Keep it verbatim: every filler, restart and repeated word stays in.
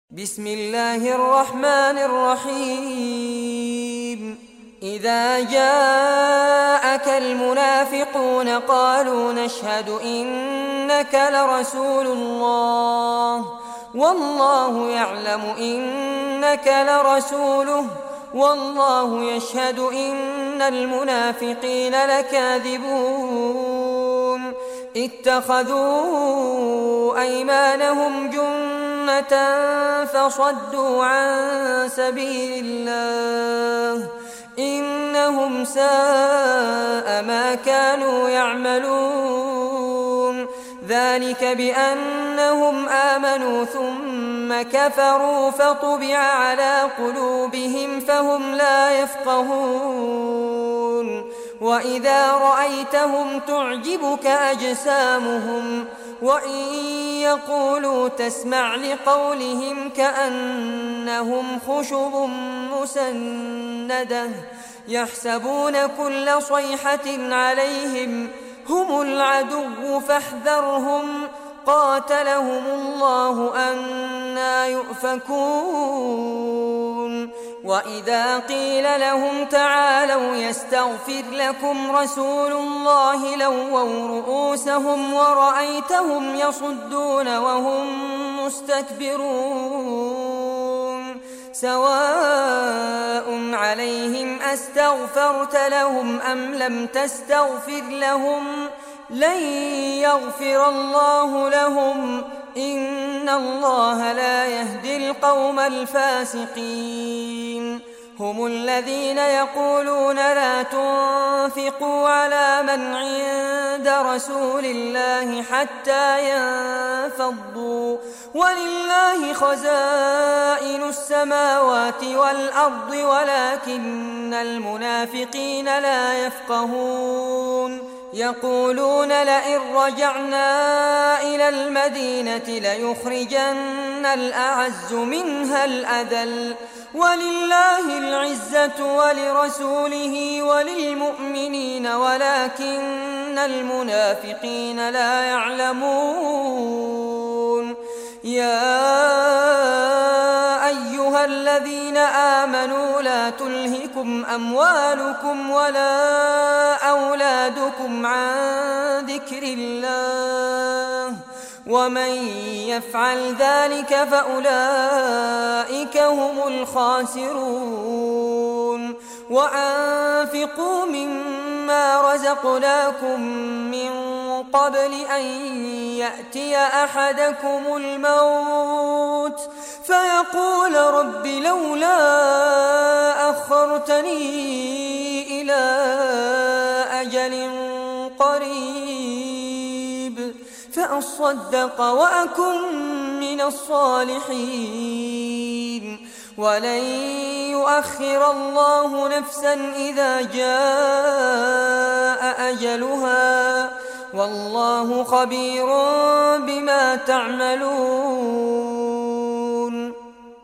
بسم الله الرحمن الرحيم إذا جاءك المنافقون قالوا نشهد إنك لرسول الله والله يعلم إنك لرسوله والله يشهد إن المنافقين لكاذبون اتخذوا أيمانهم جنة فصدوا عن سبيل الله إنهم ساء ما كانوا يعملون ذلك بأنهم آمنوا ثم كفروا فطبع على قلوبهم فهم لا يفقهون وإذا رأيتهم تعجبك أجسامهم وإن يقولوا تسمع لقولهم كأنهم خشب مسندة يحسبون كل صيحة عليهم هم العدو فاحذرهم قاتلهم الله أنى يؤفكون وإذا قيل لهم تعالوا يستغفر لكم رسول الله لووا رؤوسهم ورأيتهم يصدون وهم مستكبرون سواء عليهم أستغفرت لهم أم لم تستغفر لهم لن يغفر الله لهم إن الله لا يهدي القوم الفاسقين هم الذين يقولون لا تنفقوا على من عند رسول الله حتى ينفضوا ولله خزائن السماوات والأرض ولكن المنافقين لا يفقهون يقولون لئن رجعنا إلى المدينة ليخرجن الأعز منها الأذل ولله العزة ولرسوله وللمؤمنين ولكن المنافقين لا يعلمون يا أيها الذين آمنوا لا تلهكم أموالكم ولا أولادكم عن ذكر الله ومن يفعل ذلك فأولئك هم الخاسرون وأنفقوا مما رزقناكم من قبل أن يأتي أحدكم الموت فيقول رب لولا أخرتني إلى أجل قريب فأصدق وأكن من الصالحين ولن يؤخر الله نفسا إذا جاء أجلها والله خبير بما تعملون